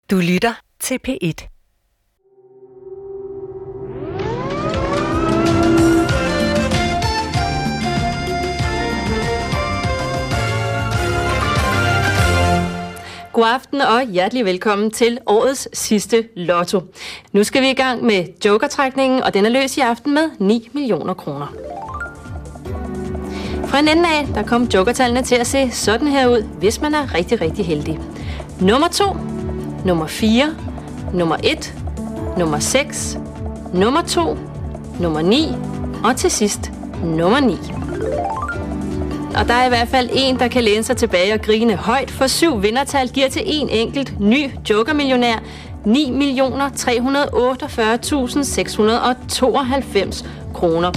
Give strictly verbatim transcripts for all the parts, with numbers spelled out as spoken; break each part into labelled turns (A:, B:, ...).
A: Du lytter til P et.
B: God aften og hjertelig velkommen til årets sidste lotto. Nu skal vi i gang med jokertrækningen, og den er løs i aften med ni millioner kroner. Fra en ende af, der kom jokertallene til at se sådan her ud, hvis man er rigtig, rigtig heldig. Nummer to, nummer fire, nummer et, nummer seks, nummer to, nummer ni og til sidst nummer ni. Og der er i hvert fald en, der kan læne sig tilbage og grine højt, for syv vindertal giver til en enkelt ny jokermillionær ni millioner tre hundrede otteogfyrre tusind seks hundrede tooghalvfems kroner.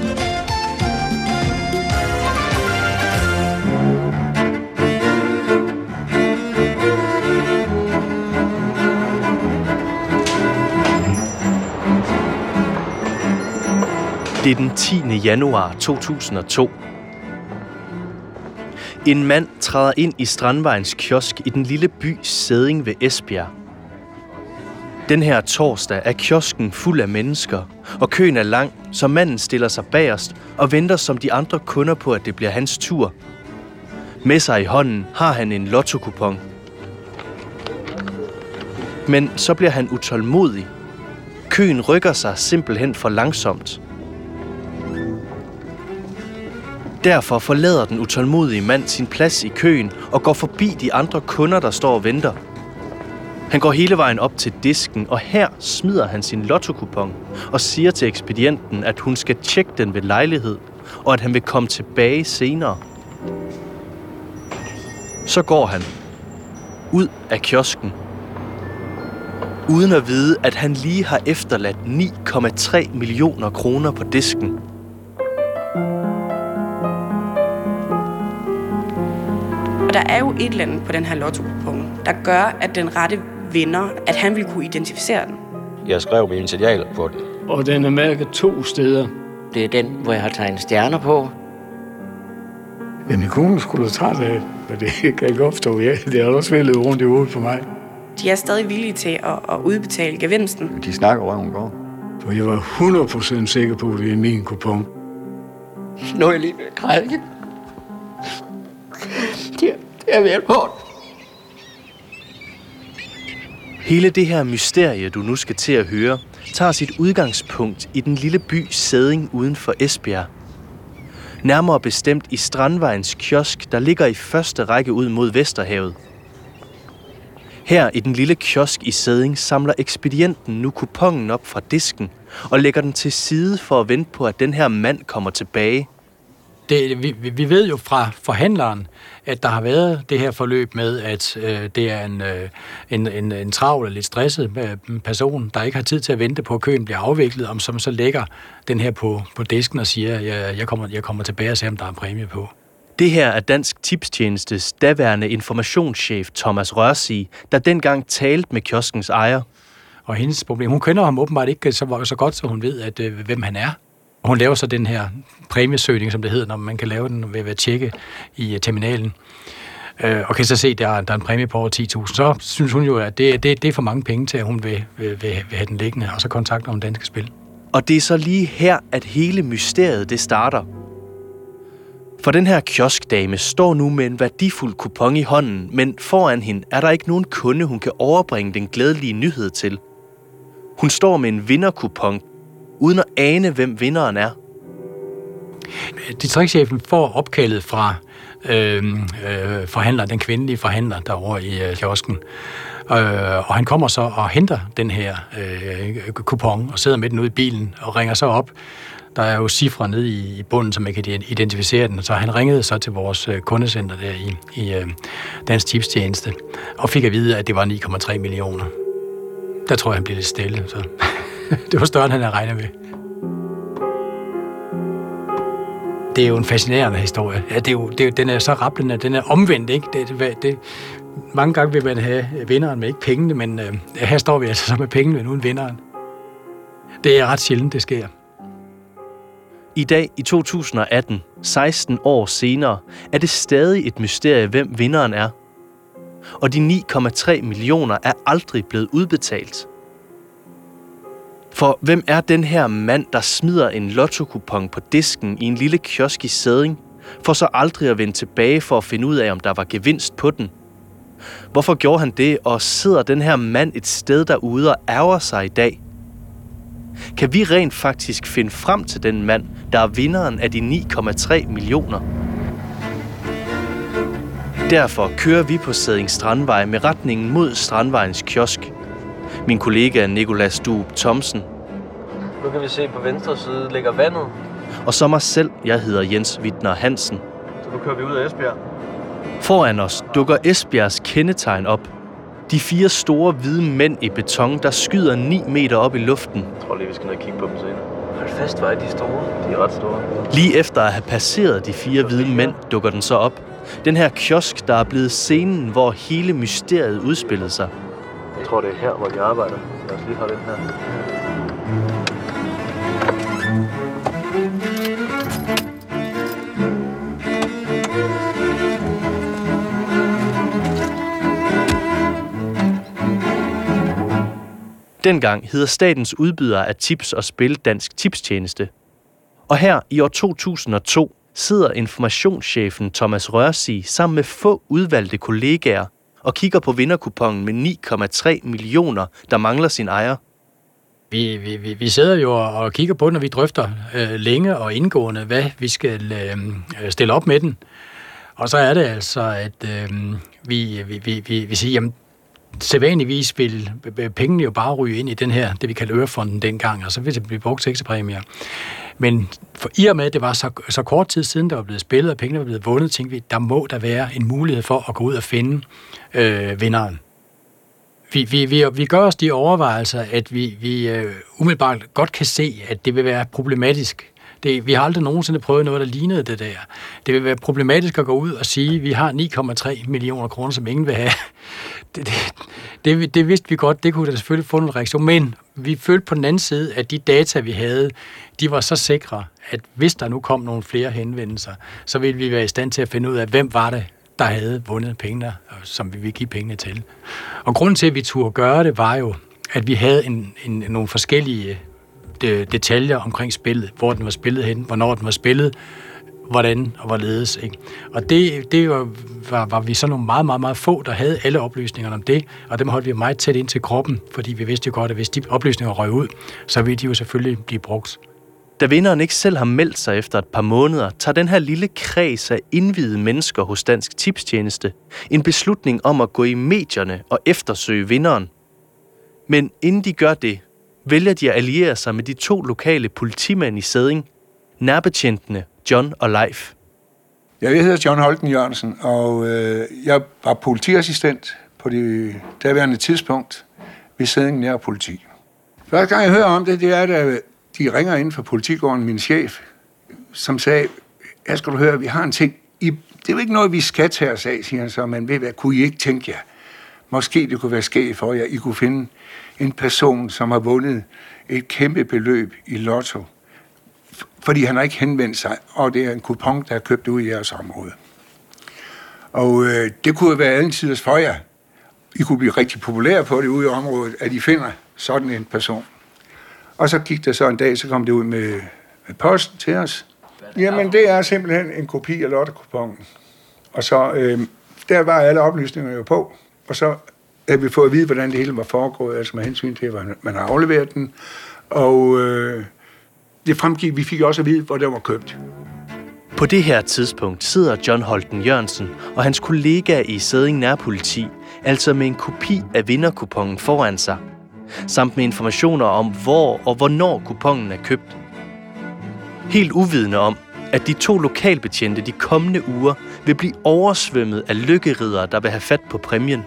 C: Det er den tiende januar to tusind og to. En mand træder ind i Strandvejens kiosk i den lille by Sædding ved Esbjerg. Den her torsdag er kiosken fuld af mennesker, og køen er lang, så manden stiller sig bagerst og venter som de andre kunder på, at det bliver hans tur. Med sig i hånden har han en lottokupon. Men så bliver han utålmodig. Køen rykker sig simpelthen for langsomt. Derfor forlader den utålmodige mand sin plads i køen og går forbi de andre kunder, der står og venter. Han går hele vejen op til disken, og her smider han sin lottokupon og siger til ekspedienten, at hun skal tjekke den ved lejlighed, og at han vil komme tilbage senere. Så går han ud af kiosken, uden at vide, at han lige har efterladt ni komma tre millioner kroner på disken.
D: Og der er jo et eller andet på den her lottokupon, der gør, at den rette vinder, at han vil kunne identificere den.
E: Jeg skrev mine initialer på den.
F: Og den er mærket to steder.
G: Det er den, hvor jeg har tegnet stjerner på.
F: Ja, min kone skulle have træt af, og det kan jeg godt forstå. Ja, det har også væltet rundt i hovedet for mig.
D: De er stadig villige til at, at udbetale gevinsten.
E: De snakker røven går.
F: For jeg var hundrede procent sikker på, at det er min kupon.
G: Nu er jeg lige ved at græde igen. Det er ved at hårdt.
C: Hele det her mysterie, du nu skal til at høre, tager sit udgangspunkt i den lille by Sædding uden for Esbjerg. Nærmere bestemt i Strandvejens kiosk, der ligger i første række ud mod Vesterhavet. Her i den lille kiosk i Sædding samler ekspedienten nu kuponen op fra disken og lægger den til side for at vente på, at den her mand kommer tilbage.
H: Det, vi, vi ved jo fra forhandleren, at der har været det her forløb med, at øh, det er en, øh, en, en, en travl og lidt stresset øh, person, der ikke har tid til at vente på, at køen bliver afviklet, om som så lægger den her på, på disken og siger, at jeg, jeg, kommer, jeg kommer tilbage og ser, om der er en præmie på.
C: Det her er Dansk Tipstjenestes daværende informationschef Thomas Rørsig, der dengang talte med kioskens ejer.
H: Og hendes problem, hun kender ham åbenbart ikke så, så godt, så hun ved, at, øh, hvem han er. Hun laver så den her præmiesøgning, som det hedder, når man kan lave den ved at tjekke i terminalen. Og kan så se, at der, der er en præmie på over ti tusind. Så synes hun jo, at det, det, det er for mange penge til, at hun vil, vil, vil, vil have den liggende, og så kontakter hun Danske Spil.
C: Og det er så lige her, at hele mysteriet det starter. For den her kioskdame står nu med en værdifuld kupon i hånden, men foran hende er der ikke nogen kunde, hun kan overbringe den glædelige nyhed til. Hun står med en vinderkupon, uden at ane, hvem vinderen er.
H: Distriktschefen får opkaldet fra øh, øh, forhandleren, den kvindelige forhandler derovre i øh, kiosken. Øh, og han kommer så og henter den her øh, kupon og sidder med den ude i bilen og ringer så op. Der er jo cifre nede i, i bunden, så man kan identificere den. Så han ringede så til vores øh, kundecenter der i, i øh, Dansk Tipstjeneste og fik at vide, at det var ni komma tre millioner. Der tror jeg, han blev lidt stille, så det var større, end han havde regnet med. Det er jo en fascinerende historie. Ja, det er jo, det er, den er så rablende, den er omvendt, ikke? Det, det, det, mange gange vil man have vinderen med ikke pengene, men øh, her står vi altså så med pengene, men uden vinderen. Det er ret sjældent, det sker.
C: I dag, i to tusind og atten, seksten år senere, er det stadig et mysterie, hvem vinderen er. og de ni komma tre millioner er aldrig blevet udbetalt. For hvem er den her mand, der smider en lottokupon på disken i en lille kiosk i Sædding, for så aldrig at vende tilbage for at finde ud af, om der var gevinst på den? Hvorfor gjorde han det, og sidder den her mand et sted derude og ærger sig i dag? Kan vi rent faktisk finde frem til den mand, der er vinderen af de ni komma tre millioner? Derfor kører vi på Sædding Strandvej med retningen mod Strandvejens kiosk. Min kollega Nicolas Duub Thomsen.
A: Nu kan vi se, på venstre side ligger vandet.
C: Og så mig selv, jeg hedder Jens Wittner Hansen.
A: Så nu kører vi ud af Esbjerg.
C: Foran os dukker Esbjergs kendetegn op. De fire store hvide mænd i beton, der skyder ni meter op i luften.
A: Jeg tror lige, vi skal ned og kigge på dem senere. Hold fast, hvor er de store. De er ret store.
C: Lige efter at have passeret de fire hvide mænd, dukker den så op. Den her kiosk, der er blevet scenen, hvor hele mysteriet udspillede sig.
A: Jeg tror, det er her, hvor de arbejder. Lad os lige holde den her.
C: Dengang hedder statens udbyder af tips og spil Dansk Tipstjeneste. Og her i år to tusind og to sidder informationschefen Thomas Rørsig sammen med få udvalgte kollegaer og kigger på vinderkupongen med ni komma tre millioner, der mangler sin ejer.
H: Vi, vi, vi, vi sidder jo og kigger på den, og vi drøfter øh, længe og indgående, hvad vi skal øh, stille op med den. Og så er det altså, at øh, vi, vi, vi, vi, vi siger, jamen, sædvanligvis vil pengene jo bare ryge ind i den her, det vi kalder Ørefonden dengang, og så vil det blive brugt til ekstra-præmier. Men for i og med, at det var så, så kort tid siden, der var blevet spillet, og pengene var blevet vundet, tænkte vi, der må der være en mulighed for at gå ud og finde øh, vinderen. Vi, vi, vi, vi gør os de overvejelser, at vi, vi øh, umiddelbart godt kan se, at det vil være problematisk. Det, vi har aldrig nogensinde prøvet noget, der lignede det der. Det vil være problematisk at gå ud og sige, at vi har ni komma tre millioner kroner, som ingen vil have. Det, det, det, det vidste vi godt, det kunne da selvfølgelig få en reaktion, men vi følte på den anden side, at de data, vi havde, de var så sikre, at hvis der nu kom nogle flere henvendelser, så ville vi være i stand til at finde ud af, hvem var det, der havde vundet pengene, som vi ville give pengene til. Og grunden til, at vi turde gøre det, var jo, at vi havde en, en, nogle forskellige de, detaljer omkring spillet, hvor den var spillet hen, hvornår den var spillet, hvordan og hvorledes. Ikke? Og det, det var, var, var vi så nogle meget, meget, meget få, der havde alle oplysningerne om det, og dem holdt vi meget tæt ind til kroppen, fordi vi vidste jo godt, at hvis de oplysninger røg ud, så ville de jo selvfølgelig blive brugt.
C: Da vinderen ikke selv har meldt sig efter et par måneder, tager den her lille kreds af indvidede mennesker hos Dansk Tipstjeneste en beslutning om at gå i medierne og eftersøge vinderen. Men inden de gør det, vælger de at alliere sig med de to lokale politimænd i Sædding, nærbetjentene John og Leif.
F: Jeg hedder John Holten Jørgensen, og øh, jeg var politiassistent på det daværende tidspunkt ved Sædding Nær Politi. Første gang jeg hører om det, det er, at de ringer ind fra politigården, min chef, som sagde, jeg skal du høre, vi har en ting. I, det er jo ikke noget, vi skal tage os af, siger han så, men ved hvad, kunne I ikke tænke jer? Måske det kunne være skægt for jer, I kunne finde en person, som har vundet et kæmpe beløb i lotto, fordi han har ikke henvendt sig, og det er en kupon, der er købt ud i jeres område. Og øh, det kunne være altidens for jer. I kunne blive rigtig populære på det ude i området, at I finder sådan en person. Og så gik der så en dag, så kom det ud med, med posten til os. Jamen, det er simpelthen en kopi af lottokuponen. Og så, øh, der var alle oplysninger jo på, og så havde vi fået at vide, hvordan det hele var foregået, altså med hensyn til, at man har afleveret den. Og øh, det fremgik, vi fik også at vide, hvor det var købt.
C: På det her tidspunkt sidder John Holten Jørgensen og hans kollega i Sædding Nærpoliti, altså med en kopi af vinderkuponen foran sig, samt med informationer om, hvor og hvornår kuponen er købt. Helt uvidende om, at de to lokalbetjente de kommende uger vil blive oversvømmet af lykkeriddere, der vil have fat på præmien.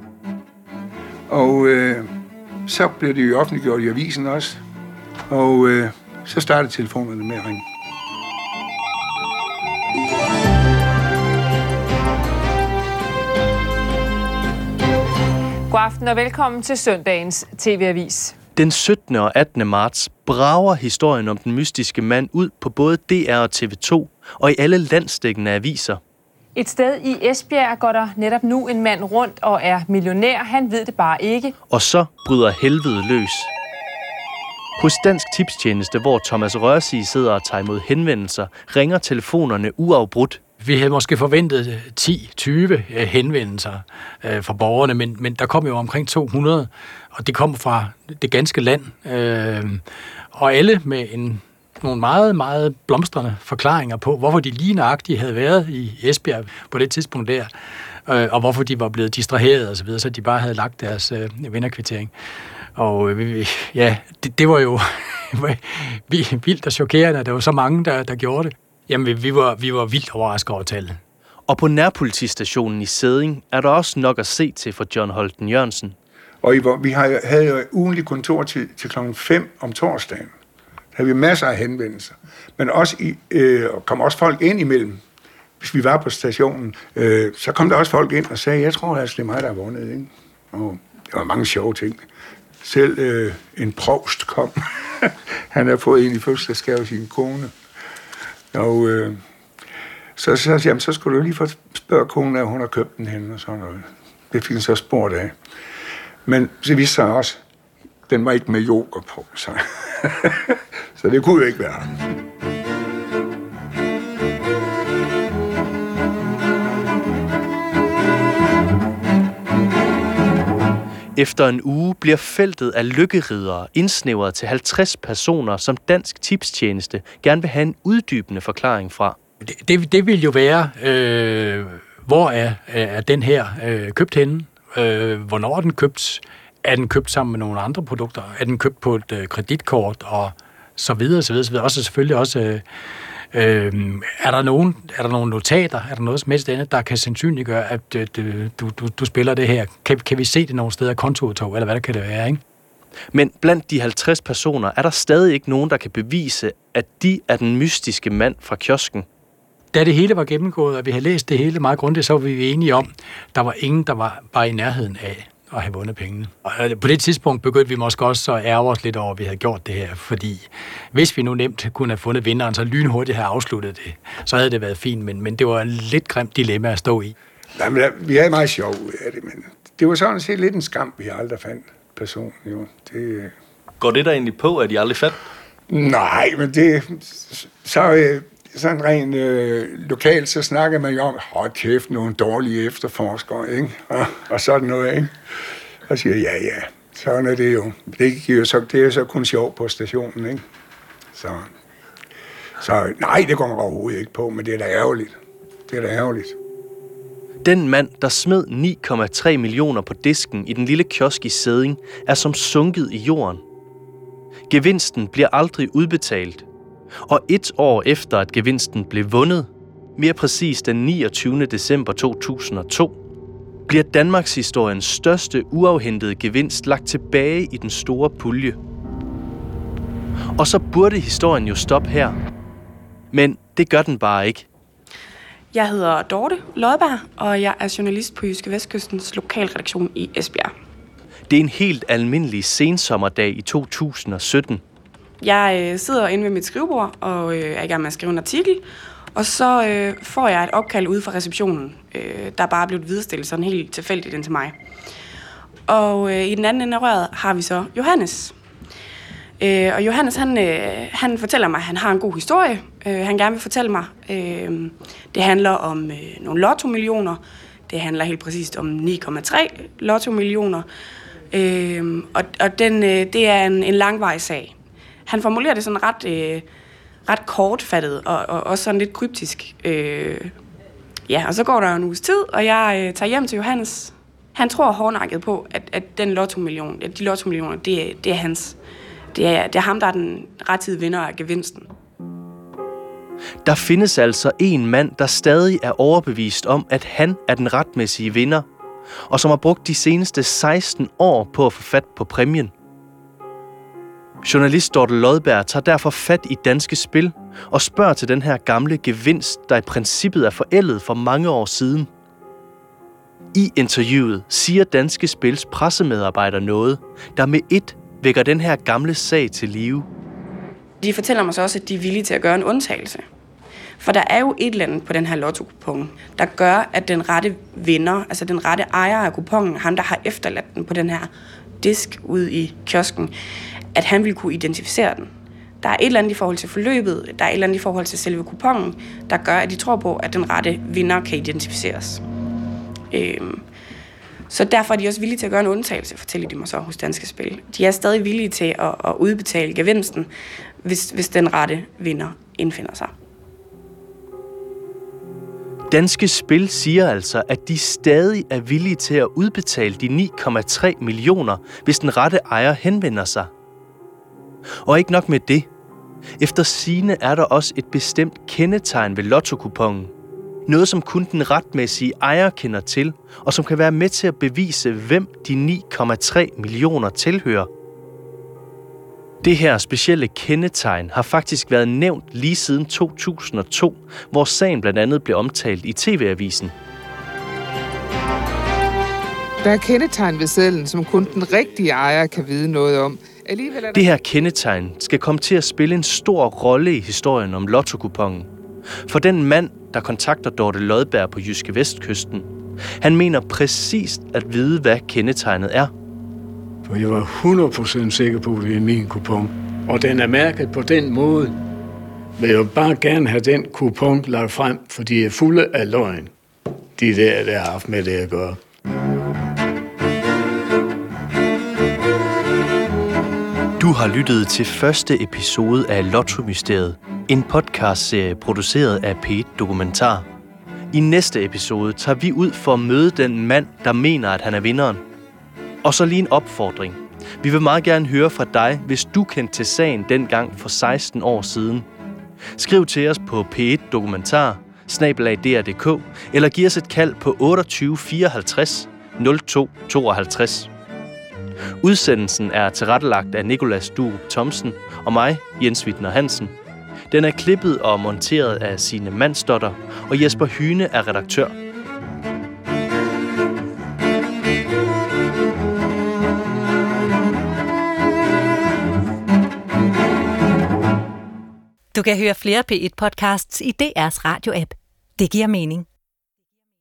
F: Og øh, så blev det jo offentliggjort i avisen også, og øh, så startede telefonerne med at ringe.
I: God aften og velkommen til søndagens T V-avis.
C: Den syttende og attende marts brager historien om den mystiske mand ud på både D R og T V to og i alle landsdækkende aviser.
I: Et sted i Esbjerg går der netop nu en mand rundt og er millionær. Han ved det bare ikke.
C: Og så bryder helvede løs. Hos Dansk Tipstjeneste, hvor Thomas Rørsig sidder og tager imod henvendelser, ringer telefonerne uafbrudt.
H: Vi havde måske forventet ti til tyve henvendelser øh, fra borgerne, men, men der kom jo omkring to hundrede, og det kom fra det ganske land. Øh, og alle med en, nogle meget, meget blomstrende forklaringer på, hvorfor de lige nøjagtigt havde været i Esbjerg på det tidspunkt der, øh, og hvorfor de var blevet distraheret osv., så, så de bare havde lagt deres øh, vinderkvittering. Og øh, ja, det, det var jo vildt og chokerende, at der var så mange, der, der gjorde det. Jamen, vi var, vi var vildt overrasket over tallet.
C: Og på nærpolitistationen i Sædding er der også nok at se til for John Holten Jørgensen.
F: Og i, vi havde jo ugentlig kontor til, til klokken fem om torsdagen. Der havde vi masser af henvendelser. Men også i, øh, kom også folk ind imellem. Hvis vi var på stationen, øh, så kom der også folk ind og sagde, jeg tror altså, det er mig, der har vundet. Ikke? Og der var mange sjove ting. Selv øh, en provst kom. Han havde fået en i fødselsdagsgave af sin kone. Og øh, så, så, jamen, så skulle du lige få spørge konen, at hun har købt den henne og sådan noget. Det fik han så spurgt af. Men så viste sig også, den var ikke med yoghurt på. Så, så det kunne jo ikke være ham.
C: Efter en uge bliver feltet af lykkeridere indsnævret til halvtreds personer, som Dansk Tipstjeneste gerne vil have en uddybende forklaring fra.
H: Det, det, det vil jo være, øh, hvor er, er den her øh, købt henne? Øh, hvornår er den købt? Er den købt sammen med nogle andre produkter? Er den købt på et øh, kreditkort? Og så videre, så videre, så videre. Også selvfølgelig også... Øh, Øh, er, der nogen, er der nogle notater, er der noget som helst andet, der kan sandsynliggøre, at øh, du, du, du spiller det her? Kan, kan vi se det nogle steder, kontoudtog, eller hvad der kan det være, ikke?
C: Men blandt de halvtreds personer er der stadig ikke nogen, der kan bevise, at de er den mystiske mand fra kiosken.
H: Da det hele var gennemgået, og vi havde læst det hele meget grundigt, så var vi enige om, der var ingen, der var bare i nærheden af at have vundet pengene. Og på det tidspunkt begyndte vi måske også at ærge os lidt over, at vi havde gjort det her, fordi hvis vi nu nemt kunne have fundet vinderen, så lynhurtigt havde afsluttet det, så havde det været fint, men, men det var en lidt grimt dilemma at stå i.
F: Nej, men vi havde meget sjov ud af det, men det var sådan set lidt en skam, vi aldrig fandt personen. Jo. Det...
A: Går det der egentlig på, at I aldrig fandt?
F: Nej, men det... Så... Øh, sådan rent øh, lokalt, så snakker man jo om, hold kæft, nogle dårlige efterforskere, ikke? Og, og sådan noget, ikke? Og siger, ja, ja, sådan er det jo. Det er jo så, det er så kun sjov på stationen, ikke? Så, så nej, det går man overhovedet ikke på, men det er da ærgerligt. Det er da ærgerligt.
C: Den mand, der smed ni komma tre millioner på disken i den lille kiosk i Sædding, er som sunket i jorden. Gevinsten bliver aldrig udbetalt. Og et år efter, at gevinsten blev vundet, mere præcis den niogtyvende december to tusind og to, bliver Danmarks historiens største uafhentede gevinst lagt tilbage i den store pulje. Og så burde historien jo stoppe her. Men det gør den bare ikke.
D: Jeg hedder Dorte Lodberg, og jeg er journalist på Jyske Vestkystens lokalredaktion i Esbjerg.
C: Det er en helt almindelig sensommerdag i to tusind og sytten.
D: Jeg øh, sidder inde ved mit skrivebord og øh, er i gang med at skrive en artikel, og så øh, får jeg et opkald ude fra receptionen, øh, der er bare blevet viderestillet sådan helt tilfældigt ind til mig. Og øh, i den anden ende af røret har vi så Johannes. Øh, og Johannes, han, øh, han fortæller mig, at han har en god historie. Øh, han gerne vil fortælle mig. Øh, det handler om øh, nogle lotto-millioner. Det handler helt præcist om ni komma tre lotto-millioner. Øh, og og den, øh, det er en, en langvarig sag. Han formulerer det sådan ret, øh, ret kortfattet og, og også sådan lidt kryptisk. Øh, ja, og så går der en uges tid, og jeg øh, tager hjem til Johannes. Han tror hårdnakket på, at, at den lotto-million, at de lotto-millioner, det, det er hans. Det er, det er ham, der er den rettidige vinder af gevinsten.
C: Der findes altså en mand, der stadig er overbevist om, at han er den retmæssige vinder, og som har brugt de seneste seksten år på at få fat på præmien. Journalist Dorte Lodberg tager derfor fat i Danske Spil og spørger til den her gamle gevinst, der i princippet er forældet for mange år siden. I interviewet siger Danske Spils pressemedarbejder noget, der med ét vækker den her gamle sag til live.
D: De fortæller mig så også, at de er villige til at gøre en undtagelse. For der er jo et eller andet på den her lotto-kupon, der gør, at den rette vinder, altså den rette ejer af kuponen, ham der har efterladt den på den her disk ude i kiosken, at han vil kunne identificere den. Der er et eller andet i forhold til forløbet, der er et eller andet i forhold til selve kuponen, der gør, at de tror på, at den rette vinder kan identificeres. Øhm, så derfor er de også villige til at gøre en undtagelse, fortæller de mig så hos Danske Spil. De er stadig villige til at, at udbetale gevinsten, hvis, hvis den rette vinder indfinder sig.
C: Danske Spil siger altså, at de stadig er villige til at udbetale de ni komma tre millioner, hvis den rette ejer henvender sig. Og ikke nok med det. Efter sigende er der også et bestemt kendetegn ved lottokuponen. Noget, som kun den retmæssige ejer kender til, og som kan være med til at bevise, hvem de ni komma tre millioner tilhører. Det her specielle kendetegn har faktisk været nævnt lige siden to tusind og to, hvor sagen blandt andet blev omtalt i T V-avisen.
J: Der er kendetegn ved sedlen, som kun den rigtige ejer kan vide noget om. Er der...
C: Det her kendetegn skal komme til at spille en stor rolle i historien om lottokuponen. For den mand, der kontakter Dorte Lodberg på Jyske Vestkysten, han mener præcist at vide, hvad kendetegnet er.
K: For jeg var hundrede procent sikker på, at det er min kupon. Og den er mærket på den måde. Men jeg vil bare gerne have den kupon lagt frem, for de er fulde af løgn. De der, der har haft med det at gøre.
C: Du har lyttet til første episode af Lotto-mysteriet, en podcastserie produceret af P et Dokumentar. I næste episode tager vi ud for at møde den mand, der mener, at han er vinderen. Og så lige en opfordring. Vi vil meget gerne høre fra dig, hvis du kendte til sagen dengang for seksten år siden. Skriv til os på P et Dokumentar, snabel-a D R punktum d k, eller giv os et kald på otteogtyve fireoghalvtreds nul to tooghalvtreds. Udsendelsen er tilrettelagt af Nicolas Durup Thomsen og mig, Jens Wittner Hansen. Den er klippet og monteret af Signe Mandsdotter, og Jesper Hyne er redaktør.
L: Du kan høre flere P et podcasts i D R's radio-app. Det giver mening.